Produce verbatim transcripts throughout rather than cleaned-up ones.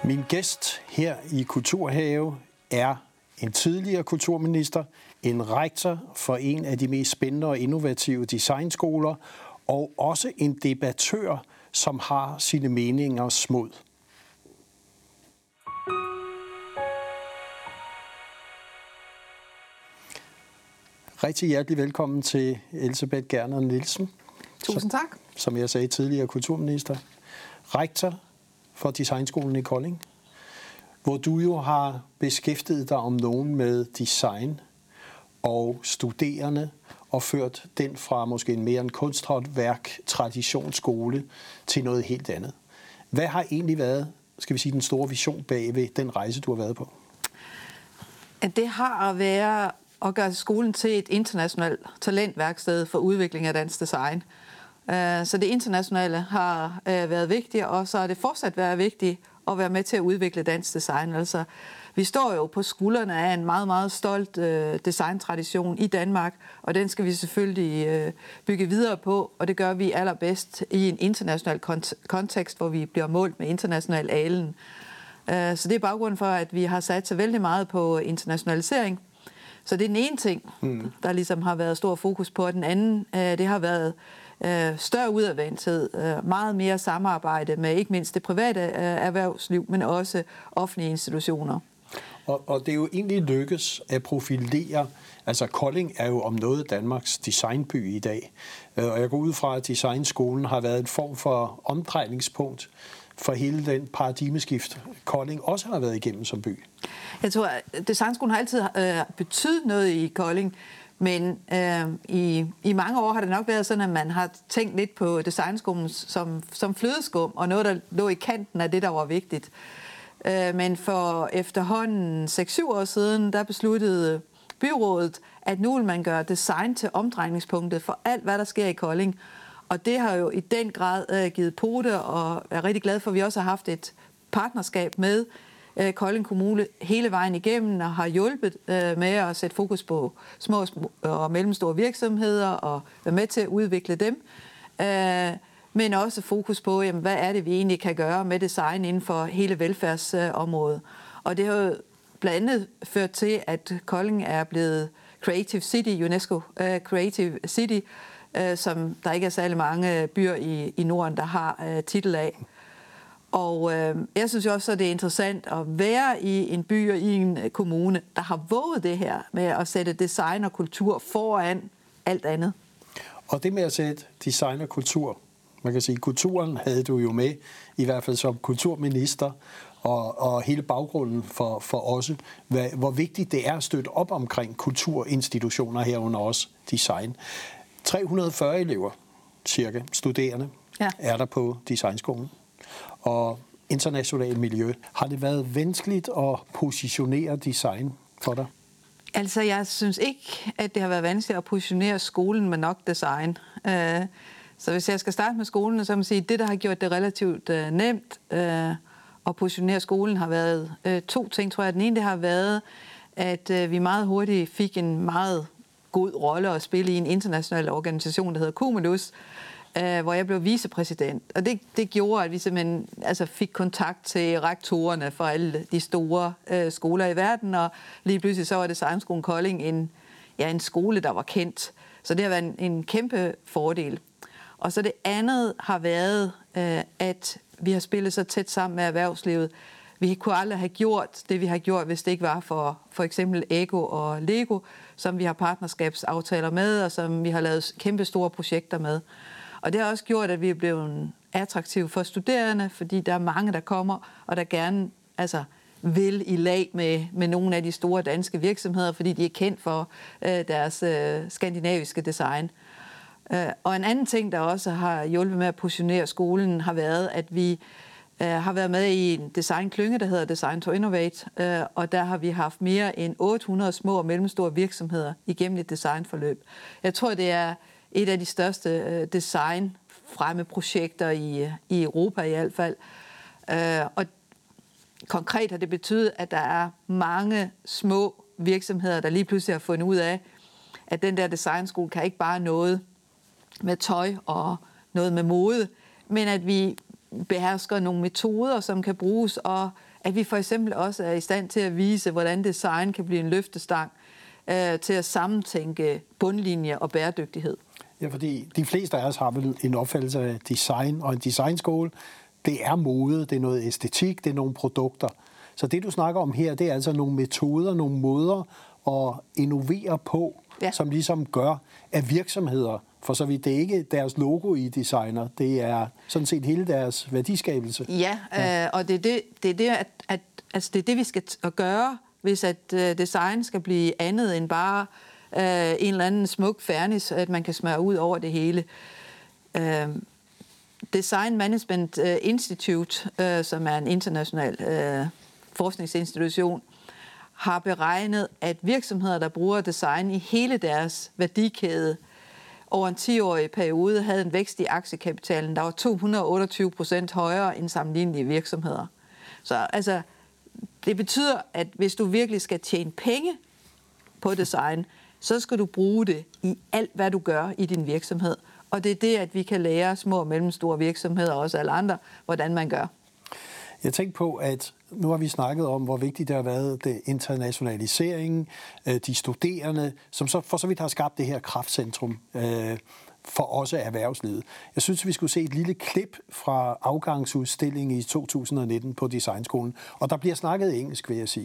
Min gæst her i Kulturhave er en tidligere kulturminister, en rektor for en af de mest spændende og innovative designskoler, og også en debattør, som har sine meningers mod. Rigtig hjertelig velkommen til Elsebeth Gerner Nielsen. Tusind tak. Som jeg sagde, tidligere kulturminister. Rektor for Designskolen i Kolding, hvor du jo har beskæftiget dig om nogen med design og studerende og ført den fra måske en mere en kunsthåndværk traditionsskole til noget helt andet. Hvad har egentlig været, skal vi sige, den store vision bag ved den rejse, du har været på? Det har at være at gøre skolen til et internationalt talentværksted for udvikling af dansk design. Så det internationale har været vigtigt, og så er det fortsat været vigtigt at være med til at udvikle dansk design. Altså, vi står jo på skuldrene af en meget, meget stolt designtradition i Danmark, og den skal vi selvfølgelig bygge videre på, og det gør vi allerbedst i en international kontekst, hvor vi bliver målt med international alen. Så det er baggrunden for, at vi har sat så vældig meget på internationalisering. Så det er den ene ting, mm. der ligesom har været stor fokus på, og den anden, det har været større udadvendthed, meget mere samarbejde med ikke mindst det private erhvervsliv, men også offentlige institutioner. Og, og det er jo egentlig lykkes at profilere, altså Kolding er jo om noget Danmarks designby i dag, og jeg går ud fra, at designskolen har været en form for omdrejningspunkt for hele den paradigmeskift, Kolding også har været igennem som by. Jeg tror, at designskolen har altid øh, betydet noget i Kolding, men øh, i, i mange år har det nok været sådan, at man har tænkt lidt på designskolen som, som flødeskum, og noget, der lå i kanten af det, der var vigtigt. Øh, men for efterhånden seks syv år siden, der besluttede byrådet, at nu vil man gøre design til omdrejningspunktet for alt, hvad der sker i Kolding. Og det har jo i den grad øh, givet pote, og jeg er rigtig glad for, at vi også har haft et partnerskab med øh, Kolding Kommune hele vejen igennem, og har hjulpet øh, med at sætte fokus på små og mellemstore virksomheder, og være med til at udvikle dem. Øh, men også fokus på, jamen, hvad er det, vi egentlig kan gøre med design inden for hele velfærdsområdet. Og det har jo blandt andet ført til, at Kolding er blevet Creative City, UNESCO uh, Creative City, uh, som der ikke er særlig mange byer i, i Norden, der har uh, titel af. Og uh, jeg synes jo også, at det er interessant at være i en by og i en kommune, der har våget det her med at sætte design og kultur foran alt andet. Og det med at sætte design og kultur, man kan sige, kulturen havde du jo med, i hvert fald som kulturminister, og, og hele baggrunden for, for også, hvad, hvor vigtigt det er at støtte op omkring kulturinstitutioner herunder også design. tre hundrede og fyrre elever, cirka, studerende, ja. er der på designskolen. Og internationalt miljø. Har det været vanskeligt at positionere design for dig? Altså, jeg synes ikke, at det har været vanskeligt at positionere skolen med nok design. Så hvis jeg skal starte med skolen, så må jeg sige, at det, der har gjort det relativt nemt at positionere skolen, har været to ting, tror jeg. Den ene, det har været, at vi meget hurtigt fik en meget god rolle at spille i en international organisation, der hedder Cumulus, hvor jeg blev vicepræsident. Og det, det gjorde, at vi simpelthen altså, fik kontakt til rektorerne for alle de store øh, skoler i verden, og lige pludselig så var Designskolen Kolding en, ja, en skole, der var kendt. Så det har været en, en kæmpe fordel. Og så det andet har været, øh, at vi har spillet så tæt sammen med erhvervslivet. Vi kunne aldrig have gjort det, vi har gjort, hvis det ikke var for for eksempel Ego og Lego, som vi har partnerskabsaftaler med, og som vi har lavet kæmpe store projekter med. Og det har også gjort, at vi er blevet attraktive for studerende, fordi der er mange, der kommer, og der gerne altså, vil i lag med, med nogle af de store danske virksomheder, fordi de er kendt for øh, deres øh, skandinaviske design. Øh, og en anden ting, der også har hjulpet med at positionere skolen, har været, at vi øh, har været med i en designklynge, der hedder Design to Innovate, øh, og der har vi haft mere end otte hundrede små og mellemstore virksomheder igennem et designforløb. Jeg tror, det er et af de største øh, designfremmeprojekter i, i Europa i hvert fald. Øh, og konkret har det betydet, at der er mange små virksomheder, der lige pludselig har fundet ud af, at den der designskole kan ikke bare noget med tøj og noget med mode, men at vi behersker nogle metoder, som kan bruges, og at vi for eksempel også er i stand til at vise, hvordan design kan blive en løftestang øh, til at sammentænke bundlinje og bæredygtighed. Ja, fordi de fleste af os har vel en opfattelse af design og en designskole. Det er mode, det er noget æstetik, det er nogle produkter. Så det, du snakker om her, det er altså nogle metoder, nogle måder at innovere på, ja. Som ligesom gør, at virksomheder, for så vidt det er ikke deres logo i designer, det er sådan set hele deres værdiskabelse. Ja, ja. Øh, og det er det, det, er det, at, at, altså det er det, vi skal t- at gøre, hvis at uh, design skal blive andet end bare uh, en eller anden smuk fernis, at man kan smøre ud over det hele. Uh, Design Management Institute, uh, som er en international uh, forskningsinstitution, har beregnet, at virksomheder, der bruger design i hele deres værdikæde over en ti-årig periode, havde en vækst i aktiekapitalen, der var to hundrede og otteogtyve procent højere end sammenlignelige virksomheder. Så altså, det betyder, at hvis du virkelig skal tjene penge på design, så skal du bruge det i alt, hvad du gør i din virksomhed. Og det er det, at vi kan lære små og mellemstore virksomheder, og også alle andre, hvordan man gør. Jeg tænkte på, at nu har vi snakket om, hvor vigtigt det har været, det internationaliseringen, de studerende, som så for så vidt har skabt det her kraftcentrum for også erhvervslivet. Jeg synes, vi skulle se et lille klip fra afgangsudstillingen i to tusind og nitten på Designskolen, og der bliver snakket engelsk, vil jeg sige.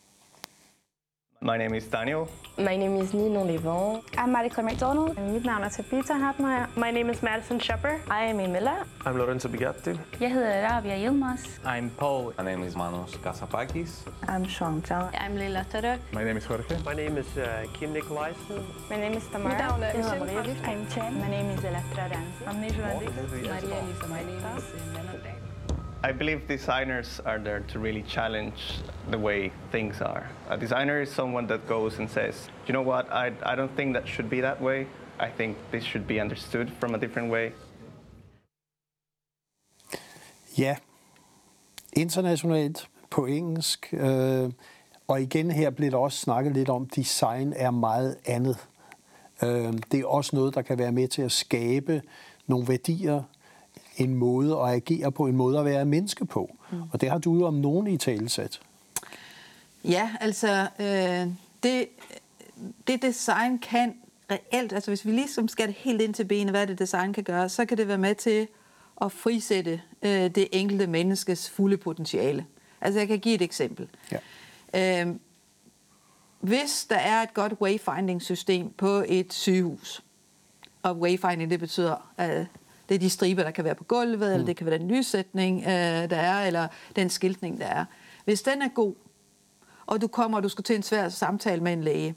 My name is Daniel. My name is Nino Levon. I'm Marie-Claire McDonald. Mit navn er Tabitha Hartmeier. My name is Madison Shepard. I am Emila. I'm Lorenzo Bigatti. Jeg hedder Rabia Yilmaz. I'm Paul. My name is Manos Kasapakis. I'm Sean Zhang. I'm Leila Turek. My name is Jorge. My name is uh, Kim Nikolajsen. My name is Tamara. I'm Chen. My name is Electra Dance. I'm Nijwandi. Maria Elisa. My name is Leonard. I believe designers are there to really challenge the way things are. A designer is someone that goes and says, you know what, I, I don't think that should be that way. I think this should be understood from a different way. Ja, internationalt på engelsk. Øh, og igen her bliver der også snakket lidt om, design er meget andet. Øh, det er også noget, der kan være med til at skabe nogle værdier, en måde at agere på, en måde at være menneske på. Mm. Og det har du jo om nogen i talesat. Ja, altså øh, det, det design kan reelt, altså hvis vi ligesom skal det helt ind til benet, hvad det design kan gøre, så kan det være med til at frisætte øh, det enkelte menneskes fulde potentiale. Altså jeg kan give et eksempel. Ja. Øh, hvis der er et godt wayfinding-system på et sygehus, og wayfinding det betyder, at det er de striber, der kan være på gulvet, mm. eller det kan være den lyssætning, øh, der er, eller den skiltning, der er. Hvis den er god, og du kommer, og du skal til en svær samtale med en læge,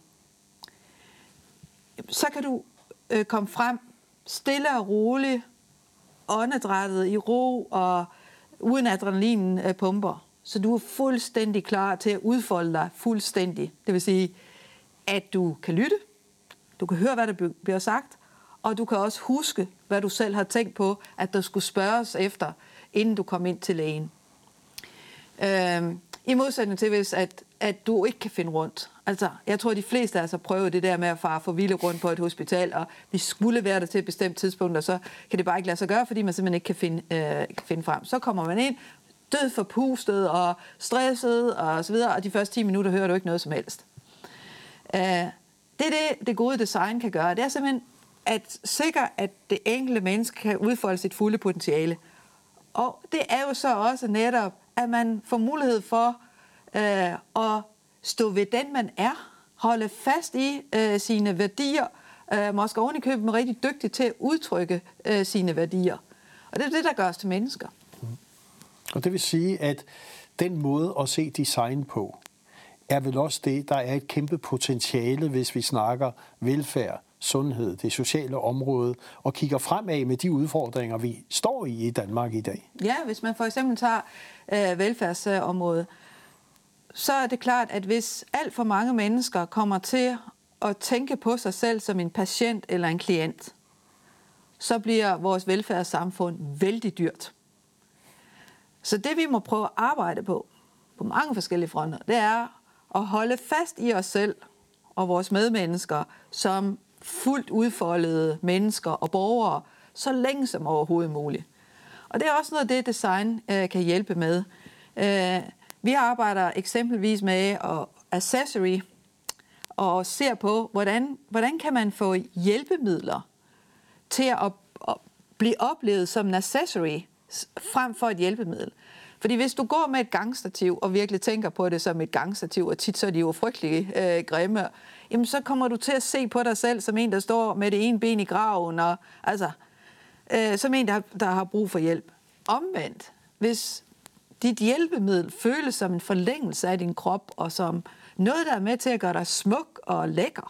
så kan du øh, komme frem stille og roligt, åndedrættet i ro, og uden adrenalinen øh, pumper. Så du er fuldstændig klar til at udfolde dig fuldstændig. Det vil sige, at du kan lytte, du kan høre, hvad der bliver sagt, og du kan også huske, hvad du selv har tænkt på, at der skulle spørges efter, inden du kom ind til lægen. Øhm, I modsætning til, hvis at, at du ikke kan finde rundt. Altså, jeg tror, at de fleste af os har prøvet det der med at fare for vilde rundt på et hospital, og vi skulle være der til et bestemt tidspunkt, og så kan det bare ikke lade sig gøre, fordi man simpelthen ikke kan finde, øh, kan finde frem. Så kommer man ind, død forpustet og stresset og så videre, og de første ti minutter hører du ikke noget som helst. Øh, det er det, det gode design kan gøre. Det er simpelthen at sikre, at det enkelte menneske kan udfolde sit fulde potentiale. Og det er jo så også netop, at man får mulighed for øh, at stå ved den, man er, holde fast i øh, sine værdier, øh, måske oven i købet man rigtig dygtig til at udtrykke øh, sine værdier. Og det er det, der gør os til mennesker. Mm. Og det vil sige, at den måde at se design på, er vel også det, der er et kæmpe potentiale, hvis vi snakker velfærd, sundhed, det sociale område, og kigger fremad med de udfordringer, vi står i i Danmark i dag. Ja, hvis man for eksempel tager øh, velfærdsområdet, så er det klart, at hvis alt for mange mennesker kommer til at tænke på sig selv som en patient eller en klient, så bliver vores velfærdssamfund vældig dyrt. Så det, vi må prøve at arbejde på, på mange forskellige fronter, det er at holde fast i os selv og vores medmennesker som fuldt udfoldede mennesker og borgere, så længe som overhovedet muligt. Og det er også noget af det, design øh, kan hjælpe med. Øh, Vi arbejder eksempelvis med og accessory og ser på, hvordan, hvordan kan man få hjælpemidler til at, at blive oplevet som en accessory frem for et hjælpemiddel. Fordi hvis du går med et gangstativ og virkelig tænker på det som et gangstativ, og tit så er de jo frygtelige øh, grimme, jamen så kommer du til at se på dig selv som en, der står med det ene ben i graven, og altså øh, som en, der, der har brug for hjælp. Omvendt, hvis dit hjælpemiddel føles som en forlængelse af din krop, og som noget, der er med til at gøre dig smuk og lækker,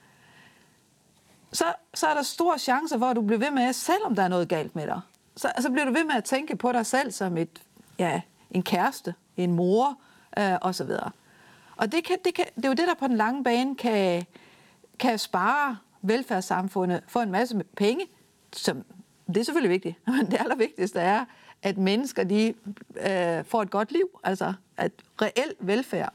så, så er der store chancer for, at du bliver ved med, selvom der er noget galt med dig, så altså bliver du ved med at tænke på dig selv som et, ja, en kæreste, en mor øh, osv. Og det, kan, det, kan, det er jo det, der på den lange bane kan, kan spare velfærdssamfundet for en masse penge, som det er selvfølgelig vigtigt, men det allervigtigste er, at mennesker de, øh, får et godt liv, altså at reel velfærd.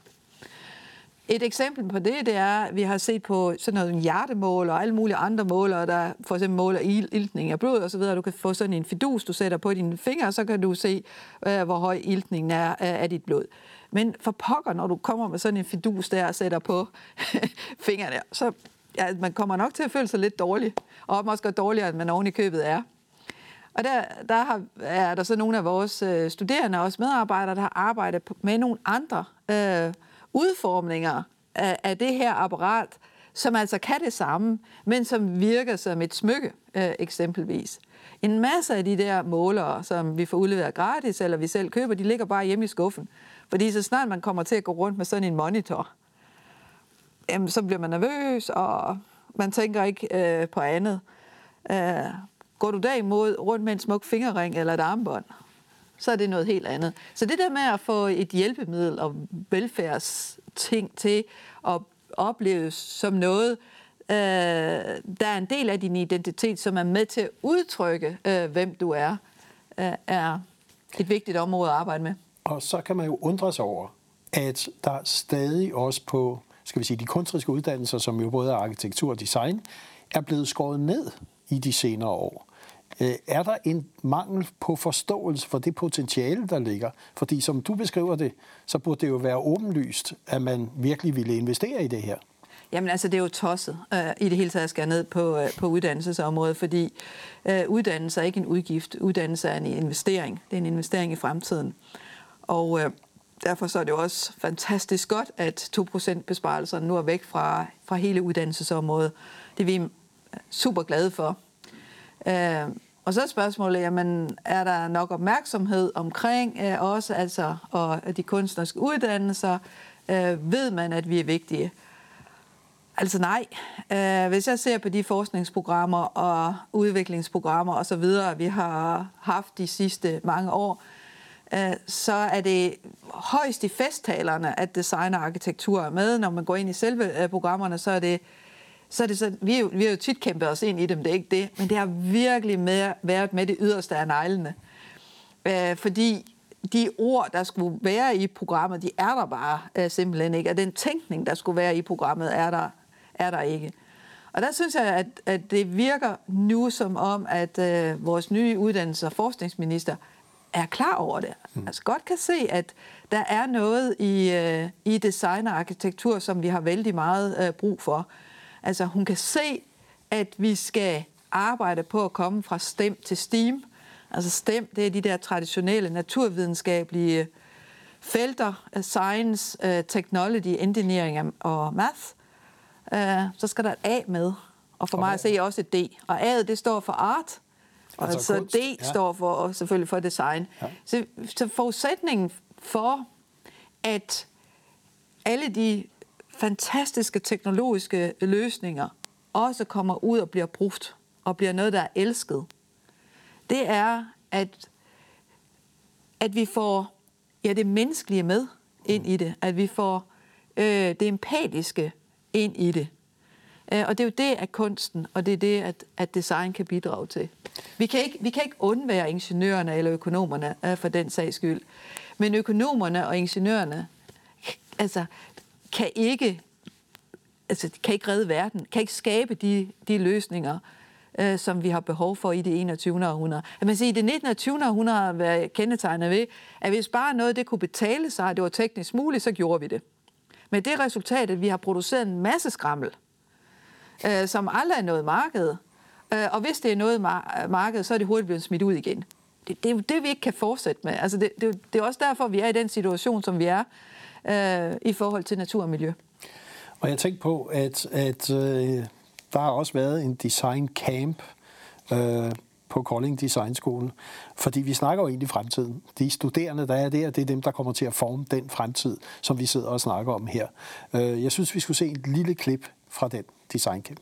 Et eksempel på det, det er, at vi har set på sådan noget hjertemål og alle mulige andre måler, der for eksempel måler iltning af blod og så videre. Du kan få sådan en fidus, du sætter på dine fingre, og så kan du se, øh, hvor høj iltningen er af dit blod. Men for pokker, når du kommer med sådan en fidus der og sætter på fingrene, så ja, man kommer nok til at føle sig lidt dårlig, og måske dårligere, end man oven i købet er. Og der, der har, er der så nogle af vores øh, studerende og også medarbejdere, der har arbejdet med nogle andre øh, udformninger af, af det her apparat, som altså kan det samme, men som virker som et smykke, øh, eksempelvis. En masse af de der målere, som vi får udleveret gratis, eller vi selv køber, de ligger bare hjemme i skuffen. Fordi så snart man kommer til at gå rundt med sådan en monitor, jamen, så bliver man nervøs, og man tænker ikke øh, på andet. Øh, går du derimod rundt med en smuk fingerring eller et armbånd, så er det noget helt andet. Så det der med at få et hjælpemiddel og velfærdsting til at opleves som noget, øh, der er en del af din identitet, som er med til at udtrykke, øh, hvem du er, øh, er et vigtigt område at arbejde med. Og så kan man jo undre sig over, at der stadig også på, skal vi sige, de kunstneriske uddannelser, som jo både er arkitektur og design, er blevet skåret ned i de senere år. Er der en mangel på forståelse for det potentiale, der ligger? Fordi som du beskriver det, så burde det jo være åbenlyst, at man virkelig ville investere i det her. Jamen altså, det er jo tosset øh, i det hele taget at skære ned på, øh, på uddannelsesområdet, fordi øh, uddannelse er ikke en udgift. Uddannelse er en investering. Det er en investering i fremtiden. Og øh, derfor så er det jo også fantastisk godt, at to procent besparelserne nu er væk fra, fra hele uddannelsesområdet. Det er vi super glade for. Øh, og så er spørgsmålet, jamen, er der nok opmærksomhed omkring øh, også, altså, og de kunstneriske uddannelser, øh, ved man, at vi er vigtige? Altså nej. Øh, hvis jeg ser på de forskningsprogrammer og udviklingsprogrammer og så videre, vi har haft de sidste mange år, øh, så er det højst i festtalerne, at design og arkitektur er med. Når man går ind i selve øh, programmerne, så er det Så er det så, vi, er jo, vi har jo tit kæmpet os ind i dem, det er ikke det, men det har virkelig med, været med det yderste af neglene. Øh, fordi de ord, der skulle være i programmet, de er der bare øh, simpelthen ikke, og den tænkning, der skulle være i programmet, er der, er der ikke. Og der synes jeg, at, at det virker nu som om, at øh, vores nye uddannelses- og forskningsminister er klar over det. Mm. Altså godt kan se, at der er noget i, øh, i design og arkitektur, som vi har vældig meget øh, brug for. Altså hun kan se, at vi skal arbejde på at komme fra STEM til STEAM. Altså STEM, det er de der traditionelle naturvidenskabelige felter, science, technology, engineering og math. Så skal der et A med, og for mig at se også et D. Og A'et, det står for art, og altså så D ja. står for, selvfølgelig for design. Ja. Så, så forudsætningen for, at alle de fantastiske teknologiske løsninger også kommer ud og bliver brugt, og bliver noget, der er elsket, det er, at, at vi får ja, det menneskelige med ind i det, at vi får øh, det empatiske ind i det. Øh, og det er jo det, at kunsten, og det er det, at, at design kan bidrage til. Vi kan ikke, vi kan ikke undvære ingeniørerne eller økonomerne øh, for den sags skyld, men økonomerne og ingeniørerne, altså kan ikke, altså, kan ikke redde verden, kan ikke skabe de, de løsninger, øh, som vi har behov for i det enogtyvende århundrede. Jeg vil sige, at det nittende og tyvende århundrede har været kendetegnet ved, at hvis bare noget det kunne betale sig, og det var teknisk muligt, så gjorde vi det. Med det resultat, at vi har produceret en masse skrammel, øh, som aldrig er noget marked. Øh, og hvis det er noget mar- marked, så er det hurtigt blevet smidt ud igen. Det, det er jo det, vi ikke kan fortsætte med. Altså det, det, det er også derfor, vi er i den situation, som vi er øh, i forhold til natur og miljø. Og jeg tænker på, at, at øh, der har også været en design camp øh, på Kolding Designskolen, fordi vi snakker jo egentlig fremtiden. De studerende, der er der, det er dem, der kommer til at forme den fremtid, som vi sidder og snakker om her. Øh, jeg synes, vi skulle se et lille klip fra den design camp.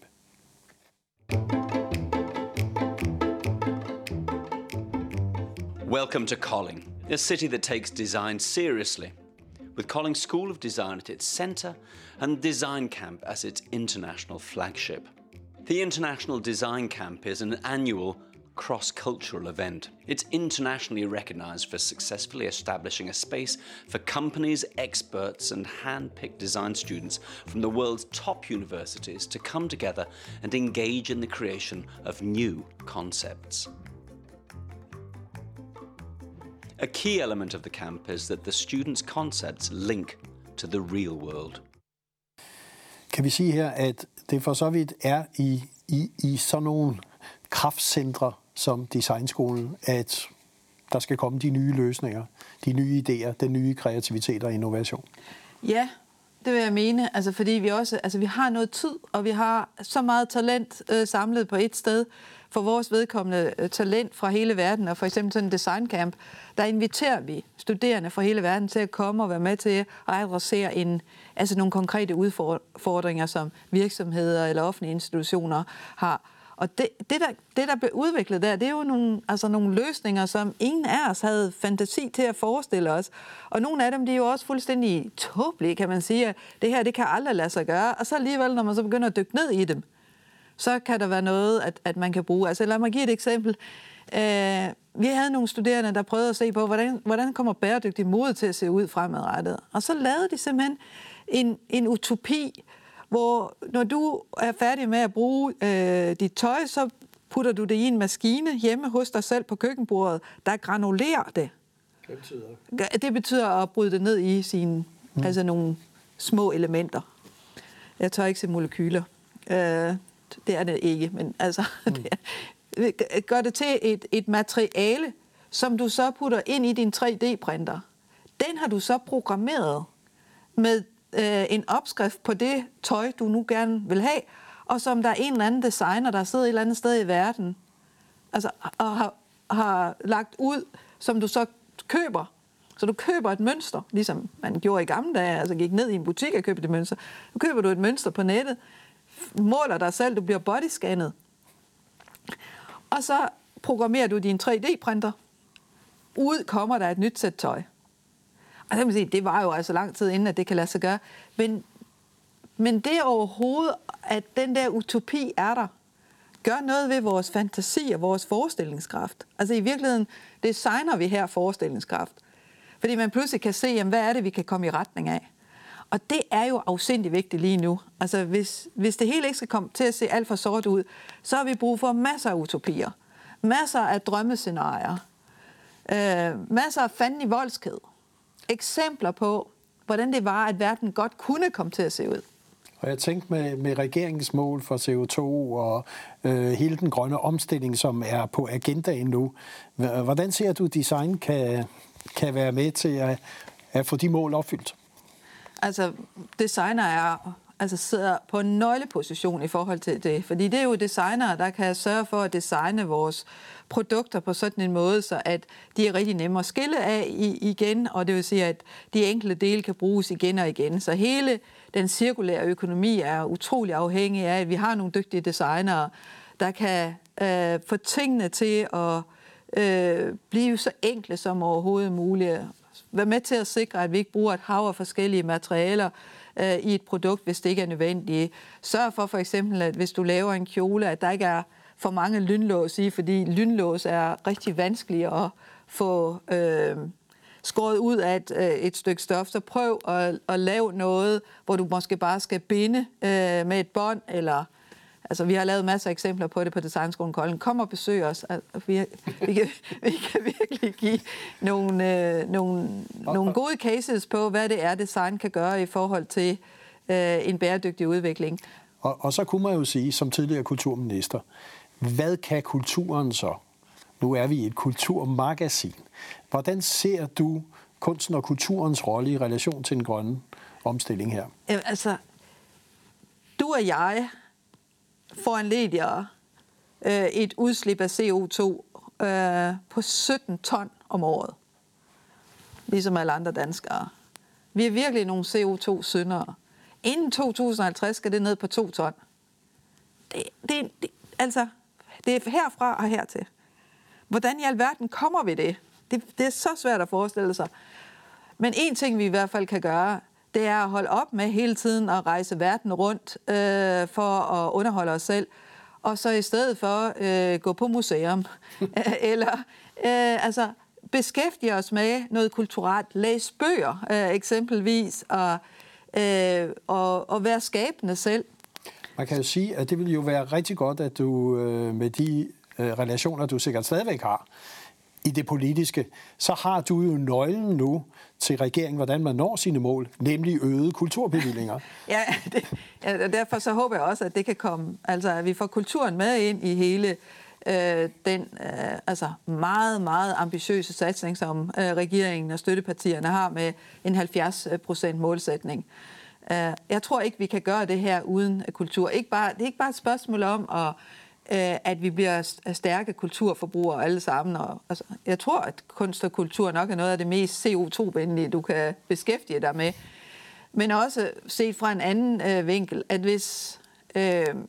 Welcome to Kolding, a city that takes design seriously, with Kolding School of Design at its centre and Design Camp as its international flagship. The International Design Camp is an annual cross-cultural event. It's internationally recognised for successfully establishing a space for companies, experts and hand-picked design students from the world's top universities to come together and engage in the creation of new concepts. A key element of the camp is that the students' concepts link to the real world. Kan vi sige her, at det for så vidt er i, i, i sådan nogle kraftcentre som Designskolen, at der skal komme de nye løsninger, de nye idéer, den nye kreativitet og innovation? Ja, det vil jeg mene, altså fordi vi også, altså vi har noget tid, og vi har så meget talent øh, samlet på et sted. For vores vedkommende øh, talent fra hele verden, og for eksempel sådan en designcamp, der inviterer vi studerende fra hele verden til at komme og være med til at adressere en, altså nogle konkrete udfordringer, som virksomheder eller offentlige institutioner har. Og det, det, der, det, der blev udviklet der, det er jo nogle, altså nogle løsninger, som ingen af os havde fantasi til at forestille os. Og nogle af dem, de er jo også fuldstændig tåbelige, kan man sige. Det her, det kan aldrig lade sig gøre. Og så alligevel, når man så begynder at dykke ned i dem, så kan der være noget, at, at man kan bruge. Altså lad mig give et eksempel. Øh, vi havde nogle studerende, der prøvede at se på, hvordan, hvordan kommer bæredygtig mode til at se ud fremadrettet. Og så lavede de simpelthen en, en utopi, hvor når du er færdig med at bruge øh, dit tøj, så putter du det i en maskine hjemme hos dig selv på køkkenbordet, der granulerer det. Det betyder, det betyder at bryde det ned i sine, mm. altså nogle små elementer. Jeg tør ikke se molekyler. Øh, det er det ikke, men altså mm. det gør det til et, et materiale, som du så putter ind i din tre D-printer. Den har du så programmeret med en opskrift på det tøj, du nu gerne vil have, og som der er en eller anden designer, der sidder et eller andet sted i verden, altså, og har, har lagt ud, som du så køber. Så du køber et mønster, ligesom man gjorde i gamle dage, altså gik ned i en butik og købte et mønster. Nu køber du et mønster på nettet, måler dig selv, du bliver bodyscannet. Og så programmerer du din tre D-printer. Ud kommer der et nyt sæt tøj. Og det, sige, det var jo altså lang tid inden, at det kan lade sig gøre. Men, men det overhovedet, at den der utopi er der, gør noget ved vores fantasi og vores forestillingskraft. Altså i virkeligheden designer vi her forestillingskraft. Fordi man pludselig kan se, jamen, hvad er det, vi kan komme i retning af. Og det er jo afsindig vigtigt lige nu. Altså hvis, hvis det hele ikke skal komme til at se alt for sort ud, så har vi brug for masser af utopier. Masser af drømmescenarier. Øh, masser af fanden i voldsked. Eksempler på, hvordan det var, at verden godt kunne komme til at se ud. Og jeg tænkte med, med regeringens mål for C O to og øh, hele den grønne omstilling, som er på agendaen nu. Hvordan ser du, design kan, kan være med til at, at få de mål opfyldt? Altså, designer er, altså sidder på en nøgleposition i forhold til det. Fordi det er jo designere, der kan sørge for at designe vores produkter på sådan en måde, så at de er rigtig nemme at skille af igen, og det vil sige, at de enkelte dele kan bruges igen og igen. Så hele den cirkulære økonomi er utrolig afhængig af, at vi har nogle dygtige designere, der kan øh, få tingene til at øh, blive så enkle som overhovedet muligt. Være med til at sikre, at vi ikke bruger et hav af forskellige materialer øh, i et produkt, hvis det ikke er nødvendigt. Sørg for for eksempel, at hvis du laver en kjole, at der ikke er for mange lynlås i, fordi lynlås er rigtig vanskeligt at få øh, skåret ud af et, øh, et stykke stof. Så prøv at, at lave noget, hvor du måske bare skal binde øh, med et bånd, eller Altså, vi har lavet masser af eksempler på det på Designskolen Kolding. Kom og besøg os. Altså, vi, vi, kan, vi kan virkelig give nogle, øh, nogle, nogle gode cases på, hvad det er, design kan gøre i forhold til øh, en bæredygtig udvikling. Og, og så kunne man jo sige, som tidligere kulturminister, hvad kan kulturen så? Nu er vi i et kulturmagasin. Hvordan ser du kunsten og kulturens rolle i relation til den grønne omstilling her? Altså, du og jeg foranlediger øh, et udslip af C O to øh, på sytten ton om året. Ligesom alle andre danskere. Vi er virkelig nogle C O to syndere. Inden to tusind og halvtreds skal det ned på to ton. Det, det, det, altså, det er herfra og hertil. Hvordan i alverden kommer vi det? det? Det er så svært at forestille sig. Men en ting, vi i hvert fald kan gøre, det er at holde op med hele tiden at rejse verden rundt øh, for at underholde os selv, og så i stedet for øh, gå på museum, eller øh, altså beskæftige os med noget kulturelt, læse bøger øh, eksempelvis, og, øh, og, og være skabende selv. Man kan jo sige, at det vil jo være rigtig godt, at du øh, med de øh, relationer, du sikkert stadigvæk har i det politiske, så har du jo nøglen nu til regeringen, hvordan man når sine mål, nemlig øgede kulturbevillinger. Ja, det, ja, derfor så håber jeg også, at det kan komme, altså at vi får kulturen med ind i hele øh, den øh, altså meget, meget ambitiøse satsning, som øh, regeringen og støttepartierne har med en halvfjerds procent målsætning. Uh, jeg tror ikke, vi kan gøre det her uden kultur. Ikke bare, det er ikke bare et spørgsmål om, at, uh, at vi bliver stærke kulturforbrugere alle sammen. Og, altså, jeg tror, at kunst og kultur nok er noget af det mest C O to venlige, du kan beskæftige dig med. Men også set fra en anden uh, vinkel, at hvis uh,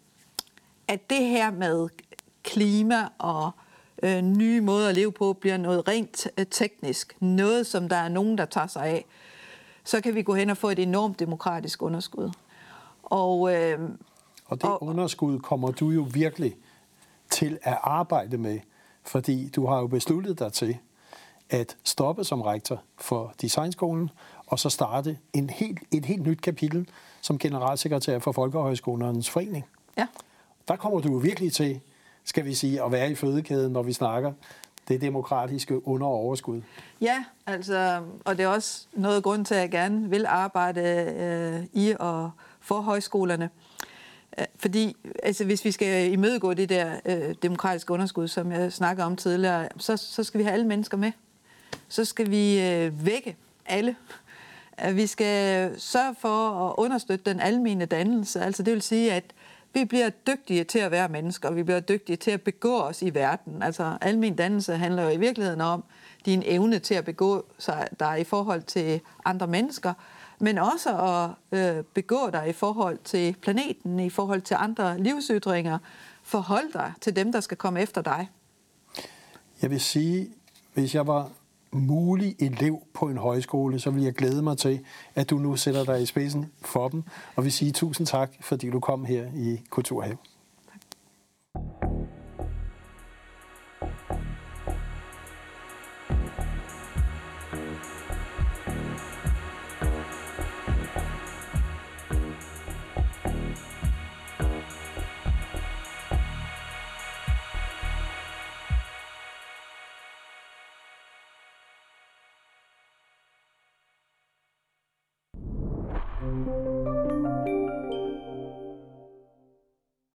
at det her med klima og uh, nye måder at leve på bliver noget rent uh, teknisk, noget som der er nogen, der tager sig af, så kan vi gå hen og få et enormt demokratisk underskud. Og, øh, og det og, underskud kommer du jo virkelig til at arbejde med, fordi du har jo besluttet dig til at stoppe som rektor for Designskolen, og så starte en helt, et helt nyt kapitel som generalsekretær for Folkehøjskolernes Forening. Ja. Der kommer du jo virkelig til, skal vi sige, at være i fødekæden, når vi snakker det demokratiske under- og overskud. Ja, altså, og det er også noget af grunden til, at jeg gerne vil arbejde øh, i og for højskolerne. Fordi altså, hvis vi skal imødegå det der øh, demokratiske underskud, som jeg snakkede om tidligere, så, så skal vi have alle mennesker med. Så skal vi øh, vække alle. Vi skal sørge for at understøtte den almene dannelse. Altså det vil sige, at vi bliver dygtige til at være mennesker, og vi bliver dygtige til at begå os i verden. Altså almen dannelse handler jo i virkeligheden om din evne til at begå sig der i forhold til andre mennesker, men også at øh, begå dig i forhold til planeten, i forhold til andre livsytringer. Forhold dig til dem, der skal komme efter dig. Jeg vil sige, hvis jeg var mulig elev på en højskole, så vil jeg glæde mig til, at du nu sætter dig i spidsen for dem, og vil sige tusind tak, fordi du kom her i Kulturhave. Tak.